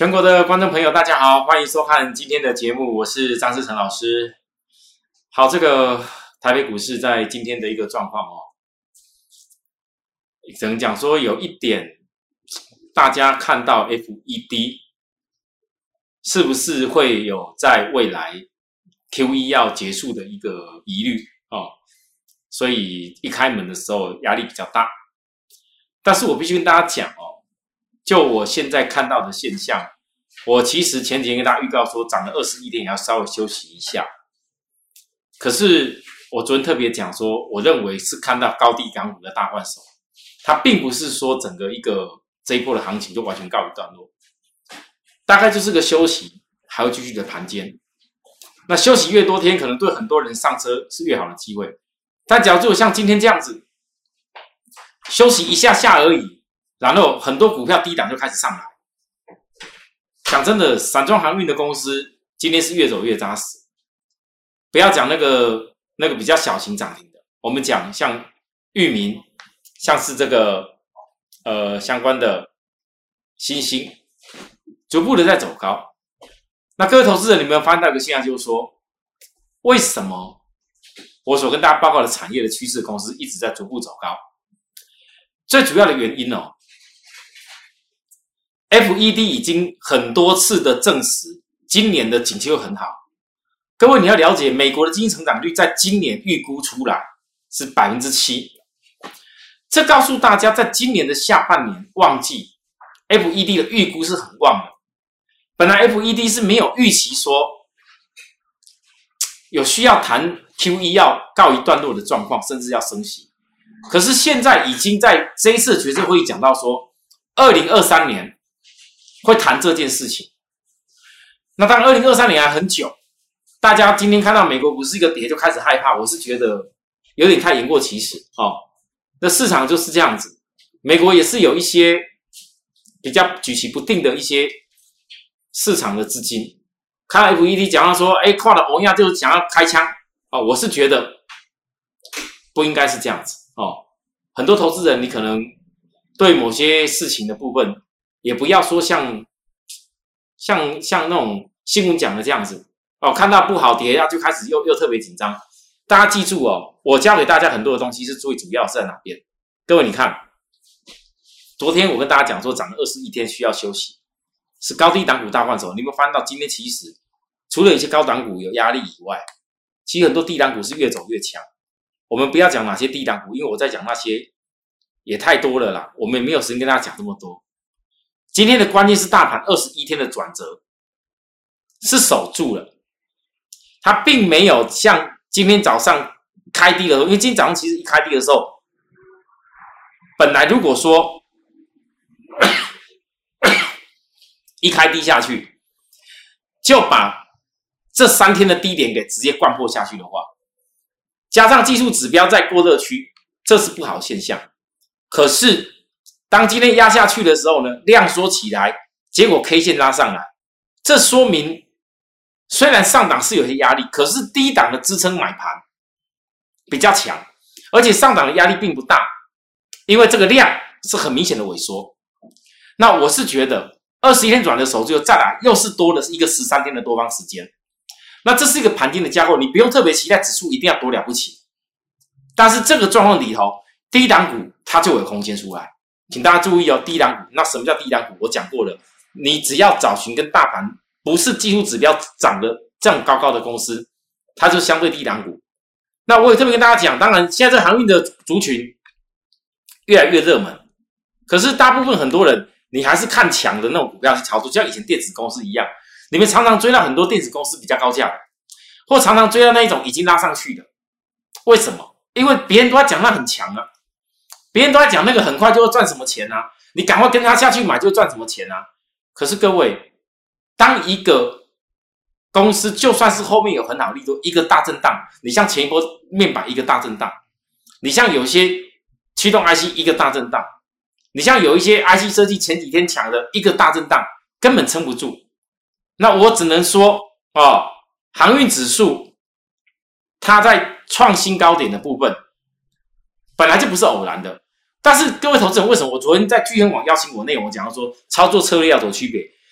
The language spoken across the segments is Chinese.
全国的观众朋友，大家好，欢迎收看今天的节目，我是张世成老师。好，这个台北股市在今天的一个状况只能讲说有一点，大家看到 FED 是不是会有在未来 QE 要结束的一个疑虑所以一开门的时候压力比较大。但是我必须跟大家讲就我现在看到的现象，我其实前几天跟大家预告说涨了21天也要稍微休息一下。可是我昨天特别讲说，我认为是看到高低港股的大换手，它并不是说整个这一波的行情就完全告一段落，大概就是个休息，还会继续的盘间。那休息越多天，可能对很多人上车是越好的机会。但假如就像今天这样子，休息一下下而已，然后很多股票低档就开始上来。讲真的，散装航运的公司今天是越走越扎实。不要讲那个比较小型涨停的，我们讲像裕民，像是这个相关的新兴，逐步的在走高。那各位投资人，你们有发现到一个现象，就是说，为什么我所跟大家报告的产业的趋势公司一直在逐步走高？最主要的原因FED 已经很多次的证实，今年的景气会很好。各位你要了解，美国的经济成长率在今年预估出来是 7%， 这告诉大家，在今年的下半年旺季 FED 的预估是很旺的。本来 FED 是没有预期说有需要谈 QE 要告一段落的状况，甚至要升息。可是现在已经在这一次的决策会议讲到说2023年会谈这件事情。那当然2023年还很久，大家今天看到美国股市一个跌就开始害怕，我是觉得有点太言过其实那市场就是这样子，美国也是有一些比较举棋不定的一些市场的资金，看到 FED 讲到说看了欧亚就想要开枪我是觉得不应该是这样子很多投资人你可能对某些事情的部分也不要说像那种新闻讲的这样子看到不好跌就开始又特别紧张。大家记住我教给大家很多的东西是最主要是在哪边。各位你看，昨天我跟大家讲说涨了21天需要休息，是高低档股大换手。你有没有发现到今天其实除了有些高档股有压力以外，其实很多低档股是越走越强。我们不要讲哪些低档股，因为我在讲那些也太多了啦，我们也没有时间跟大家讲这么多。今天的关键是大盘21天的转折是守住了，它并没有像今天早上开低的时候，因为今天早上其实一开低的时候，本来如果说一开低下去就把这3天的低点给直接灌破下去的话，加上技术指标在过热区，这是不好的现象。可是当今天压下去的时候呢，量缩起来，结果 K 线拉上来，这说明虽然上档是有些压力，可是低档的支撑买盘比较强，而且上档的压力并不大，因为这个量是很明显的萎缩。那我是觉得21天转的手之后再来又是多的是一个13天的多方时间，那这是一个盘间的架构，你不用特别期待指数一定要多了不起，但是这个状况里头低档股它就有空间出来。请大家注意低档股，那什么叫低档股？我讲过了，你只要找寻跟大盘不是技术指标涨得这样高高的公司，它就相对低档股。那我也特别跟大家讲，当然现在这航运的族群越来越热门，可是大部分很多人你还是看强的那种股票去操作，就像以前电子公司一样，你们常常追到很多电子公司比较高价的，或常常追到那一种已经拉上去的。为什么？因为别人都在讲那很强啊，别人都在讲那个很快就会赚什么钱啊，你赶快跟他下去买就赚什么钱啊。可是各位，当一个公司就算是后面有很好的力度，一个大震荡，你像前一波面板一个大震荡，你像有些驱动 IC 一个大震荡，你像有一些 IC 设计前几天强的一个大震荡，根本撑不住。那我只能说航运指数它在创新高点的部分本来就不是偶然的。但是各位投资人，为什么我昨天在钜亨网邀请我内容我讲到说操作策略要有区别？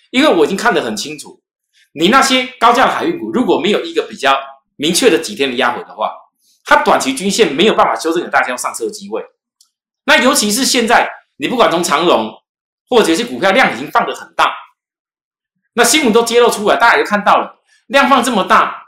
因为我已经看得很清楚，你那些高价的海运股如果没有一个比较明确的几天的压回的话，它短期均线没有办法修正给大家上车的机会。那尤其是现在，你不管从长荣或者是股票量已经放得很大，那新闻都揭露出来，大家也看到了，量放这么大，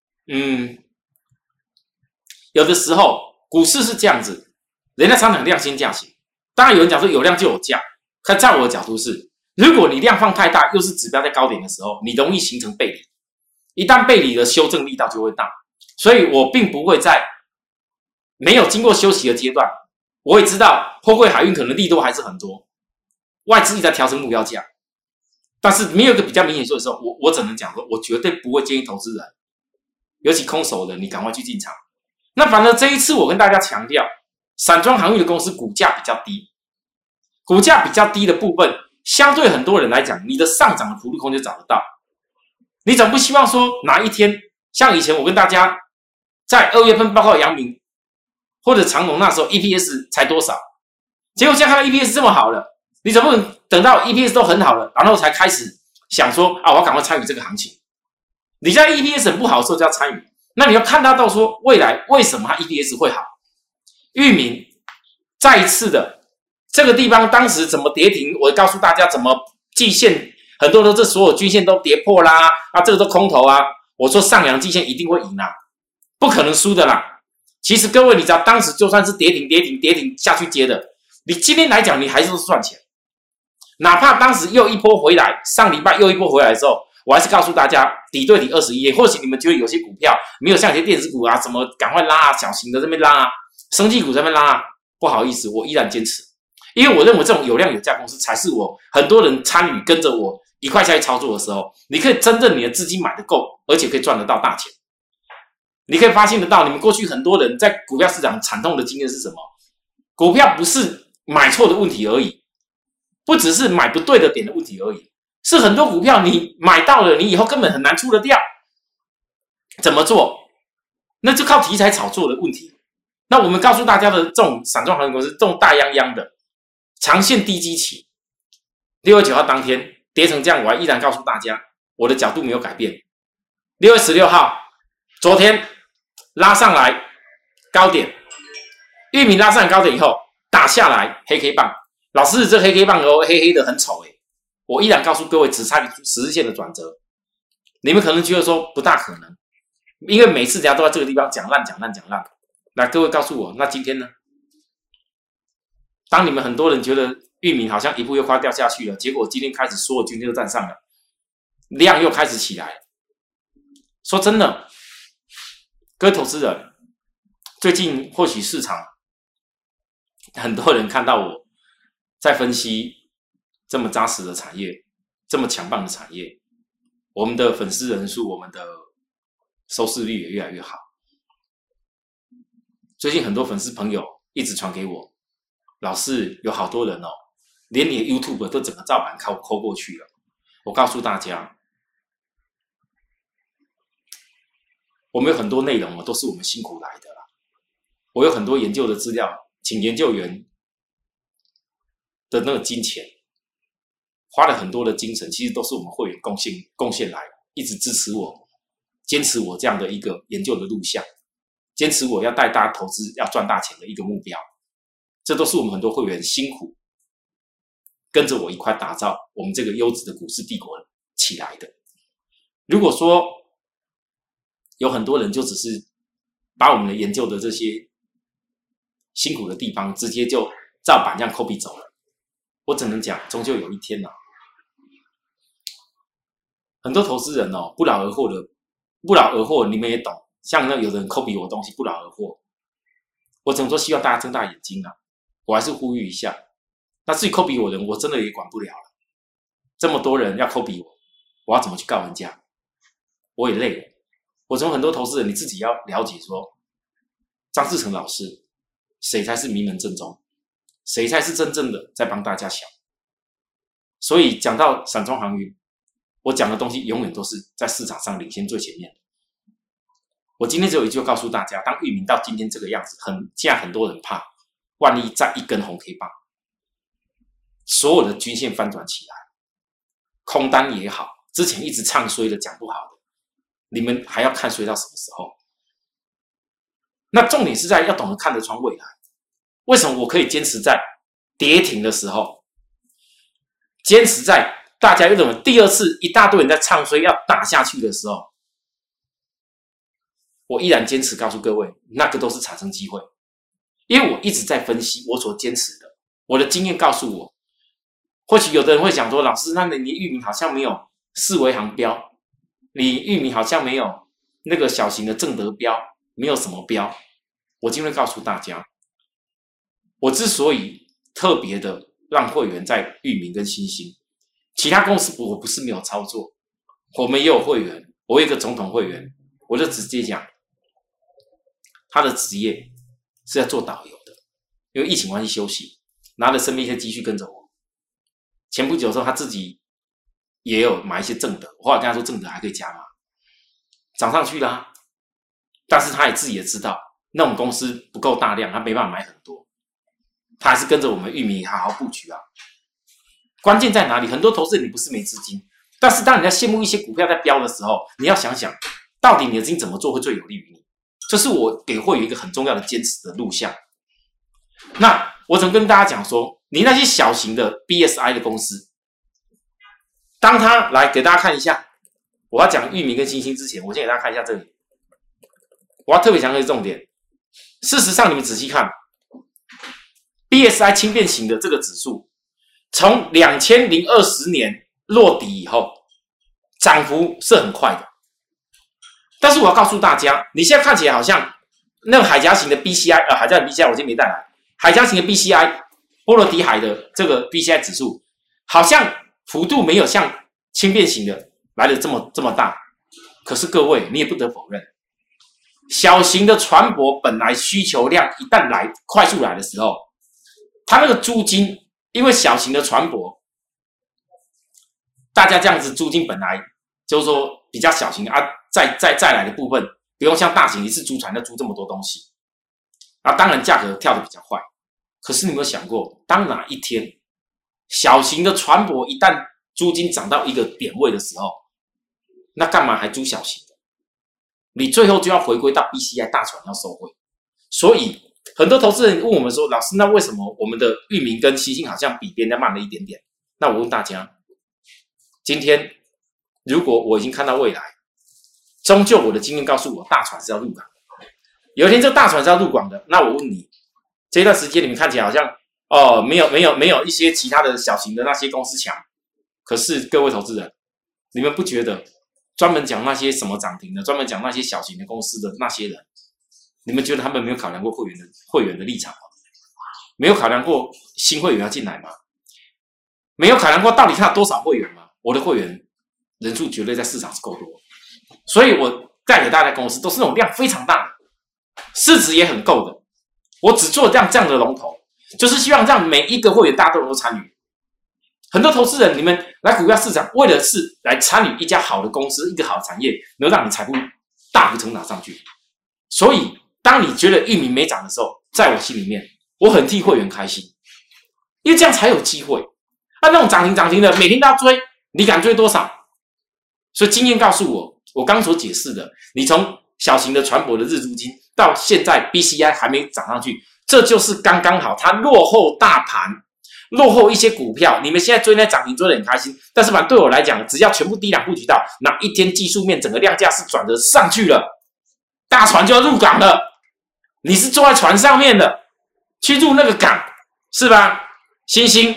有的时候股市是这样子，人家常讲量先价行，当然有人讲说有量就有价，可在我的角度是，如果你量放太大，又是指标在高点的时候，你容易形成背离，一旦背离的修正力道就会大，所以我并不会在没有经过休息的阶段，我也知道货柜海运可能利多还是很多，外资一直在调整目标价，但是没有一个比较明显说的时候，我只能讲说，我绝对不会建议投资人，尤其空手的，你赶快去进场。那反而这一次我跟大家强调，散装航运的公司股价比较低，股价比较低的部分，相对很多人来讲，你的上涨的幅度空间找得到。你总不希望说哪一天，像以前我跟大家在2月份报告阳明或者长荣那时候 EPS 才多少，结果现在看到 EPS 这么好了，你总不能等到 EPS 都很好了，然后才开始想说啊，我要赶快参与这个行情。你在 EPS 很不好的时候就要参与，那你要看到说未来为什么它 EPS 会好。裕民再一次的这个地方当时怎么跌停，我告诉大家怎么季线很多的这所有均线都跌破啦，这个都空头啊，我说上扬季线一定会赢啊，不可能输的啦。其实各位你知道当时就算是跌停下去接的，你今天来讲你还是赚钱，哪怕当时又一波回来，上礼拜又一波回来的时候，我还是告诉大家底对底21页，或许你们觉得有些股票没有像有些电子股啊，怎么赶快拉啊，小型的这边拉啊，生技股这边拉啊，不好意思，我依然坚持，因为我认为这种有量有价公司才是我很多人参与跟着我一块下去操作的时候，你可以真正你的资金买得够，而且可以赚得到大钱。你可以发现得到，你们过去很多人在股票市场惨痛的经验是什么？股票不是买错的问题而已，不只是买不对的点的问题而已，是很多股票你买到了，你以后根本很难出得掉。怎么做？那就靠题材炒作的问题。那我们告诉大家的这种散装航运公司，这种大泱泱的长线低基期，6月9号当天跌成这样，我还依然告诉大家，我的角度没有改变。6月16号，昨天拉上来高点，裕民拉上来高点以后打下来黑 K 棒，老师这黑 K 棒哦，黑黑的很丑我依然告诉各位，只差10日线的转折。你们可能觉得说不大可能，因为每次人家都在这个地方讲烂。那各位告诉我，那今天呢？当你们很多人觉得裕民好像一步又快掉下去了，结果今天开始所有均线都站上了，量又开始起来了。说真的，各位投资人，最近或许市场很多人看到我在分析这么扎实的产业，这么强棒的产业，我们的粉丝人数，我们的收视率也越来越好。最近很多粉丝朋友一直传给我，老师有好多人哦，连你的 YouTube 都整个照版抠过去了。我告诉大家，我们有很多内容都是我们辛苦来的啦。我有很多研究的资料，请研究员的那个金钱，花了很多的精神，其实都是我们会员贡献来，一直支持我，坚持我这样的一个研究的路向，坚持我要带大家投资要赚大钱的一个目标，这都是我们很多会员辛苦跟着我一块打造我们这个优质的股市帝国起来的。如果说有很多人就只是把我们的研究的这些辛苦的地方直接就照版这样 copy 走了，我只能讲，终究有一天很多投资人不劳而获，你们也懂。像那有人 copy 我的东西不劳而获，我只能说希望大家睁大眼睛我还是呼吁一下。那至于 copy 我的人，我真的也管不了了。这么多人要 copy我要怎么去告人家？我也累了。我从很多投资人，你自己要了解说，张志成老师谁才是名门正宗，谁才是真正的在帮大家想。所以讲到散装航运，我讲的东西永远都是在市场上领先最前面的。我今天只有一句告诉大家，当裕民到今天这个样子，现在很多人怕，万一再一根红 K 棒，所有的均线翻转起来， 空单也好，之前一直唱衰的讲不好的，你们还要看衰到什么时候？那重点是在要懂得看得穿未来。为什么我可以坚持在跌停的时候，坚持在大家又认为第二次一大堆人在唱衰要打下去的时候，我依然坚持告诉各位，那个都是产生机会，因为我一直在分析我所坚持的，我的经验告诉我，或许有的人会想说，老师，那你裕民好像没有四维行标，你裕民好像没有那个小型的正德标，没有什么标。我今天会告诉大家，我之所以特别的让会员在裕民跟新兴，其他公司我不是没有操作，我们也有会员，我有一个总统会员，我就直接讲，他的职业是在做导游的，因为疫情关系休息，拿着身边一些积蓄跟着我。前不久的时候，他自己也有买一些正德，我后来跟他说正德还可以加码，涨上去啦。但是他自己也知道，那种公司不够大量，他没办法买很多，他还是跟着我们裕民好好布局啊。关键在哪里？很多投资人你不是没资金，但是当你在羡慕一些股票在飙的时候，你要想想，到底你的资金怎么做会最有利于你？这是我给会员一个很重要的坚持的路向。那我曾跟大家讲说，你那些小型的 BSI 的公司，当他来给大家看一下，我要讲裕民跟新兴之前，我先给大家看一下这里，我要特别强调的重点。事实上，你们仔细看 ，BSI 轻便型的这个指数，从2020年落底以后，涨幅是很快的。但是我要告诉大家，你现在看起来好像那个海峡型的 BCI， 海峡型 BCI 我今天没带来，海峡型的 BCI， 波罗的海的这个 BCI 指数，好像幅度没有像轻便型的来的这么大。可是各位，你也不得否认，小型的船舶本来需求量一旦快速来的时候，它那个租金，因为小型的船舶，大家这样子租金本来就是说比较小型的啊，再来的部分不用像大型一次租船要租这么多东西，啊，当然价格跳得比较快。可是你有没有想过，当哪一天小型的船舶一旦租金涨到一个点位的时候，那干嘛还租小型的？你最后就要回归到 BCI 大船要收回。所以很多投资人问我们说，老师，那为什么我们的裕民跟新兴好像比别人慢了一点点？那我问大家，今天如果我已经看到未来，终究我的经验告诉我，大船是要入港的。有一天这大船是要入港的，那我问你，这段时间你们看起来好像没有一些其他的小型的那些公司强，可是各位投资人，你们不觉得专门讲那些什么涨停的，专门讲那些小型的公司的那些人，你们觉得他们没有考量过会员的立场吗？没有考量过新会员要进来吗？没有考量过到底他有多少会员吗？我的会员人数绝对在市场是够多，所以我带给大家的公司都是那种量非常大的，市值也很够的。我只做这样的龙头，就是希望让每一个会员大家都能够参与。很多投资人，你们来股票市场，为了是来参与一家好的公司，一个好的产业，能让你财富大幅成长上去。所以，当你觉得裕民没涨的时候，在我心里面，我很替会员开心，因为这样才有机会。那种涨停的，每天都要追，你敢追多少？所以经验告诉我，我刚所解释的，你从小型的船舶的日租金到现在 BCI 还没涨上去，这就是刚刚好，它落后大盘，落后一些股票。你们现在追那涨停追得很开心，但是反正对我来讲，只要全部低档布局到哪一天技术面整个量价是转得上去了，大船就要入港了，你是坐在船上面的，去入那个港，是吧？新兴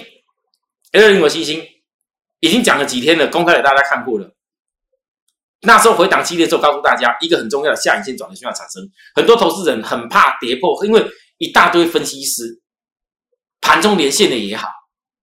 220新兴已经讲了几天了，公开给大家看过了。那时候回档激烈之后，告诉大家一个很重要的下影线转折讯号产生，很多投资人很怕跌破，因为一大堆分析师盘中连线的也好，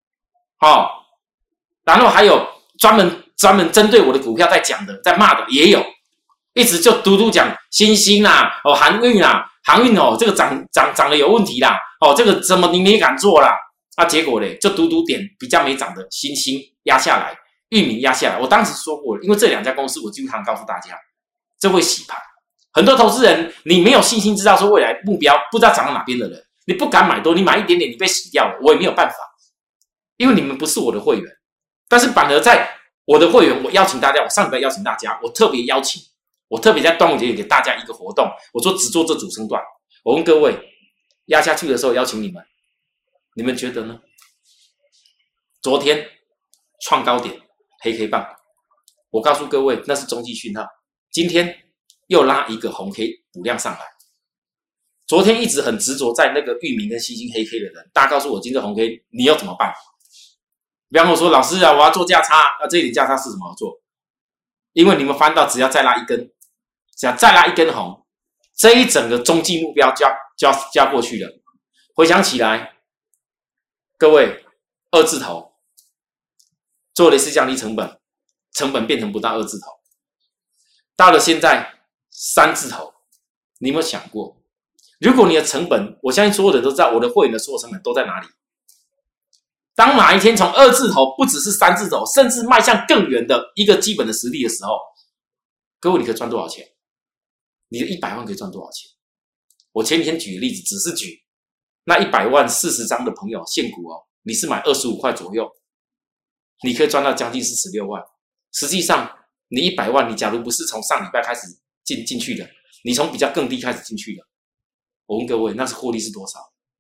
然后还有专门针对我的股票在讲的，在骂的也有，一直就嘟讲新兴啦，航运啦，航运这个涨的有问题啦，这个怎么你也敢做啦？结果嘞，就嘟点比较没涨的新兴压下来。裕民压下来，我当时说过了，因为这两家公司我经常告诉大家，这会洗盘。很多投资人，你没有信心知道说未来目标不知道涨到哪边的人，你不敢买多，你买一点点，你被洗掉了，我也没有办法，因为你们不是我的会员。但是反而在我的会员，我邀请大家，我上礼拜邀请大家，我特别在端午节给大家一个活动，我说只做这主升段。我问各位，压下去的时候邀请你们，你们觉得呢？昨天创高点黑 K 棒，我告诉各位那是中继讯号，今天又拉一个红 K 补量上来。昨天一直很执着在那个裕民跟西星黑 K 的人，大家告诉我今天红 K 你要怎么办？不要跟我说老师啊，我要做价差啊，这里价差是怎么做？因为你们翻到只要再拉一根，只要再拉一根红，这一整个中继目标就要过去了。回想起来，各位二字头做了一次降低成本变成不到二字头，到了现在三字头，你有没有想过？如果你的成本，我相信所有人都知道我的会员的所有成本都在哪里。当哪一天从二字头不只是三字头，甚至迈向更远的一个基本的实力的时候，各位你可以赚多少钱？你的100万可以赚多少钱？我前几天举的例子只是举那100万40张的朋友现股哦，你是买25块左右，你可以赚到将近46万。实际上你100万，你假如不是从上礼拜开始进去的，你从比较更低开始进去的，我问各位，那是获利是多少？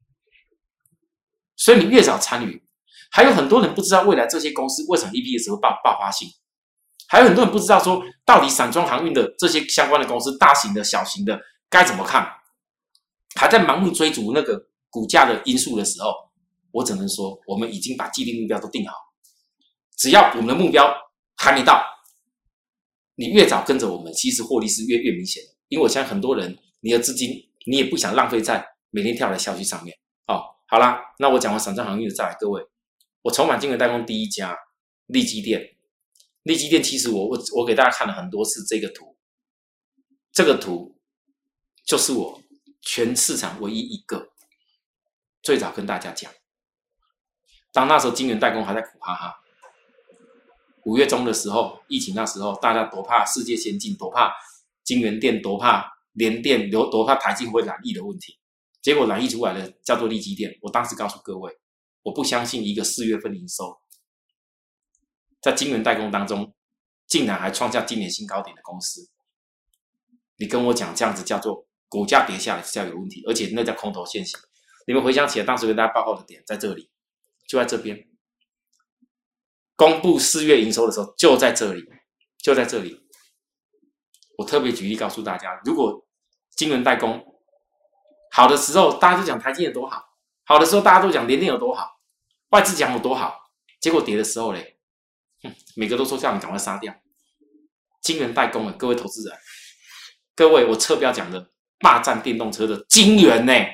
所以你越早参与，还有很多人不知道未来这些公司为什么 EPS 会爆发性，还有很多人不知道说到底散装航运的这些相关的公司，大型的、小型的该怎么看，还在盲目追逐那个股价的因素的时候，我只能说我们已经把既定目标都定好，只要我们的目标还没到，你越早跟着我们，其实获利是越明显的。因为我相信很多人，你的资金你也不想浪费在每天跳来跳去上面。好啦，那我讲完散装航运的，再来各位，我筹码金额代工第一家利基电，利基电其实我给大家看了很多次这个图，这个图就是我全市场唯一一个最早跟大家讲，当那时候晶圆代工还在苦哈哈，5月中的时候，疫情那时候，大家多怕世界先进，多怕晶圆店，多怕联电，多怕台积会染疫的问题。结果染疫出来的叫做利基电。我当时告诉各位，我不相信一个4月份营收在晶圆代工当中竟然还创下今年新高点的公司。你跟我讲这样子叫做股价跌下来是叫有问题，而且那叫空头现象。你们回想起来，当时跟大家报告的点在这里，就在这边。公布4月营收的时候就在这里，就在这里。我特别举例告诉大家，如果晶圆代工好的时候，大家都讲台积电多好；好的时候，大家都讲联电有多好，外资讲有多好。结果跌的时候嘞，每个都说叫你赶快杀掉。晶圆代工各位投资人，各位我侧标讲的霸占电动车的晶圆呢，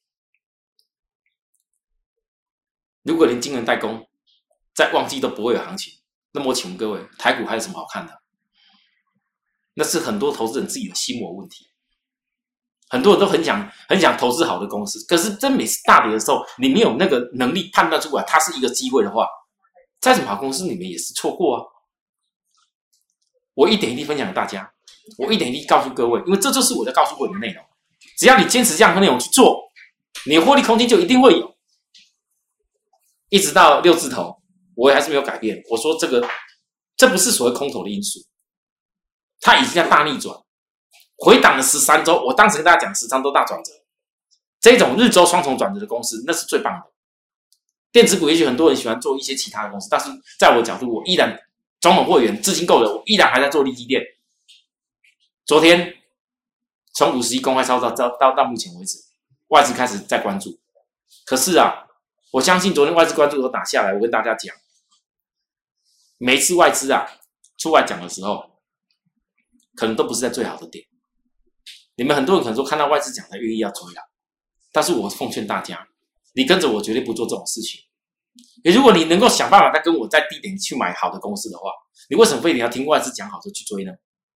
如果连晶圆代工在旺季都不会有行情，那么我请问各位，台股还有什么好看的？那是很多投资人自己的心魔问题。很多人都很想投资好的公司，可是真每次大跌的时候，你没有那个能力判断出来它是一个机会的话，再怎么好公司你们也是错过啊。我一点一滴分享给大家，我一点一滴告诉各位，因为这就是我在告诉各位的内容。只要你坚持这样的内容去做，你的获利空间就一定会有。一直到6字头，我还是没有改变。我说这不是所谓空头的因素，它已经在大逆转。回档了13周，我当时跟大家讲13周大转折，这种日周双重转折的公司那是最棒的。电子股也许很多人喜欢做一些其他的公司，但是在我的角度，我依然总统会员资金够了，我依然还在做利基电。昨天从51公开操作到目前为止，外资开始在关注。可是啊，我相信昨天外资关注都打下来，我跟大家讲，每一次外资啊出来讲的时候，可能都不是在最好的点。你们很多人可能说看到外资讲才愿意要追啦，但是我奉劝大家，你跟着我绝对不做这种事情。如果你能够想办法再跟我在低点去买好的公司的话，你为什么非得要听外资讲好就去追呢？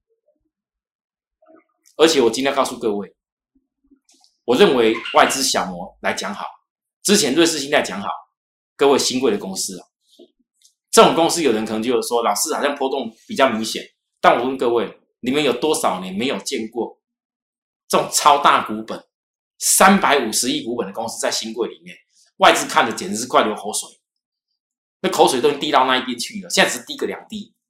而且我今天告诉各位，我认为外资小摩来讲好，之前瑞士信贷讲好，各位新贵的公司啊，这种公司有人可能就说老师好像波动比较明显，但我问各位，你们有多少年没有见过这种超大股本350亿股本的公司在新贵里面，外资看着简直是快流口水，那口水都已经滴到那一边去了，现在只滴个2滴，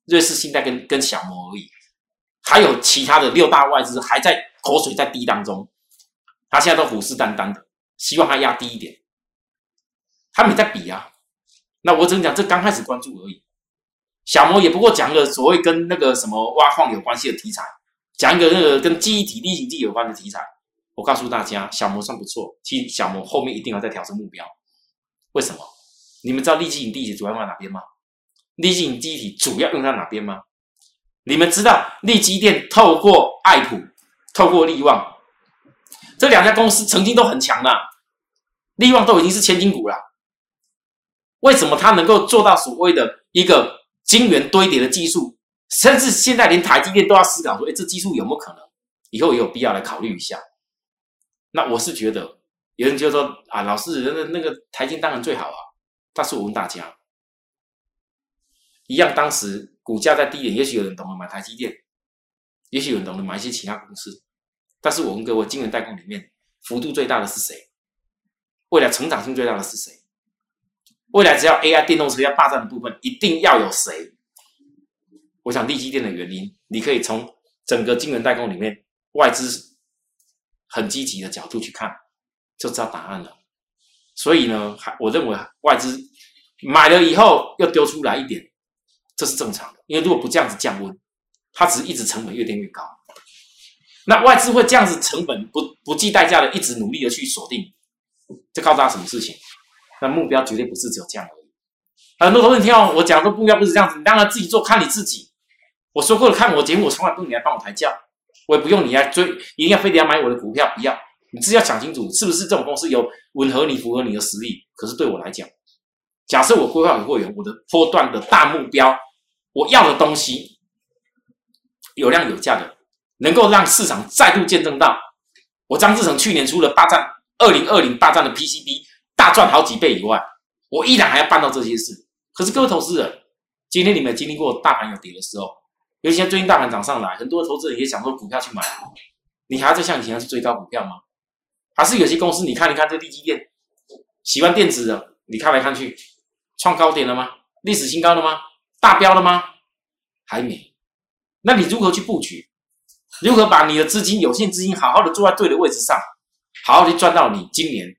瑞士信贷跟小摩而已，还有其他的6大外资还在口水在滴当中，他现在都虎视眈眈的，希望他压低一点。他们也在比啊，那我只能讲这刚开始关注而已。小摩也不过讲个所谓跟那个什么挖矿有关系的题材，讲一个那个跟记忆体、力行剂有关的题材。我告诉大家，小摩算不错，其实小摩后面一定要再调整目标。为什么？你们知道力基型地体主要用在哪边吗？力基型地体主要用在哪边吗？你们知道力积电透过爱普、透过力旺这2家公司曾经都很强啦，力旺都已经是千金股了。为什么它能够做到所谓的一个晶圆堆叠的技术？甚至现在连台积电都要思考说，这技术有没有可能？以后也有必要来考虑一下。那我是觉得，有人就说啊，老师那个台积当然最好啊。但是我问大家，一样当时股价在低点，也许有人懂得买台积电，也许有人懂得买一些其他公司。但是我问各位，晶圆代工里面幅度最大的是谁？未来成长性最大的是谁？未来只要 AI 电动车要霸占的部分，一定要有谁？我想力积电的原因，你可以从整个晶圆代工里面外资很积极的角度去看，就知道答案了。所以呢，我认为外资买了以后又丢出来一点，这是正常的。因为如果不这样子降温，它只是一直成本越垫越高。那外资会这样子成本不计代价的一直努力的去锁定，这告诉他什么事情？那目标绝对不是只有这样而已。很多同学听到我讲说目标不是这样子，你当然自己做，看你自己。我说过了，看我节目，我从来不用你来帮我抬价，我也不用你来追，一定要非得要买我的股票，不要。你自己要想清楚，是不是这种公司有吻合你、符合你的实力？可是对我来讲，假设我规划给会员，我的波段的大目标，我要的东西有量有价的，能够让市场再度见证到我张志成去年除了2020霸占的 PCB 大赚好几倍以外，我依然还要办到这些事。可是各位投资人，今天你们经历过大盘有跌的时候，尤其最近大盘涨上来，很多投资人也想说股票去买，你还要再像以前去追高股票吗？还是有些公司你看一看这力积电，喜欢电子的，你看来看去，创高点了吗？历史新高了吗？大标了吗？还没。那你如何去布局？如何把你的资金、有限资金好好的坐在对的位置上，好好的赚到你今年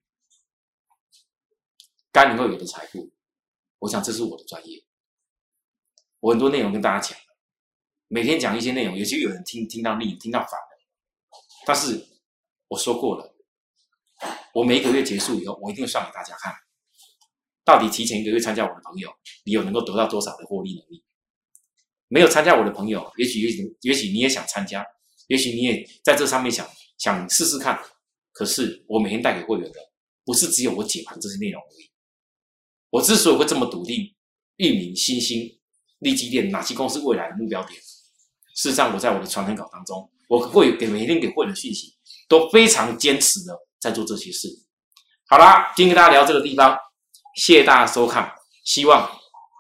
该能够有的财富？我想这是我的专业。我很多内容跟大家讲，每天讲一些内容，也许有人听到腻，听到烦了。但是我说过了，我每一个月结束以后，我一定会算给大家看，到底提前1个月参加我的朋友，你有能够得到多少的获利能力？没有参加我的朋友，也许你也想参加，也许你也在这上面想试试看。可是我每天带给会员的，不是只有我解盘这些内容而已。我之所以会这么笃定，裕民、新兴、力积电哪些公司未来的目标点，事实上我在我的传承稿当中，我会每天给会员的讯息，都非常坚持的在做这些事。好啦，今天跟大家聊这个地方，谢谢大家收看。希望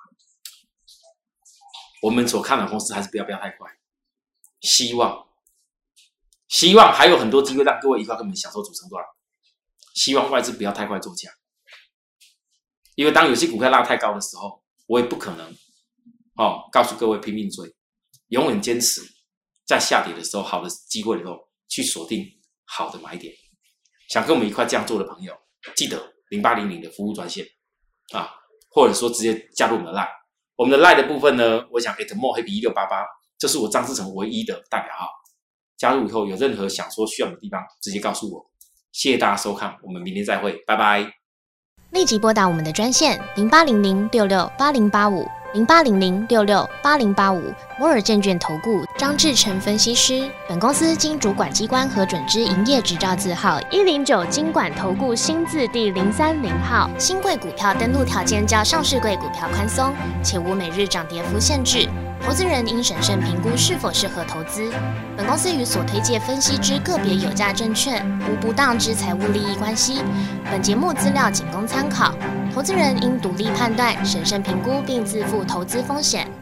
我们所看的公司还是不要太快，希望还有很多机会让各位一块跟我们享受主升段。希望外资不要太快做价，因为当有些股票拉太高的时候，我也不可能告诉各位拼命追，永远坚持在下跌的时候，好的机会的时候去锁定好的买点。想跟我们一块这样做的朋友，记得0800的服务专线或者说直接加入我们的 LINE。我们的 LINE 的部分呢，我想 @morehappy1688，这是我张志成唯一的代表号。加入以后有任何想说需要的地方，直接告诉我。谢谢大家收看，我们明天再会，拜拜。 立即拨打我们的专线08006680850800668085摩尔证券投顾张志成分析师。本公司经主管机关核准之营业执照字号109金管投顾新字第030号。新贵股票登录条件较上市贵股票宽松，且无每日涨跌幅限制。投资人应审慎评估是否适合投资。本公司与所推介分析之个别有价证券无不当之财务利益关系。本节目资料仅供参考，投资人应独立判断、审慎评估并自负投资风险。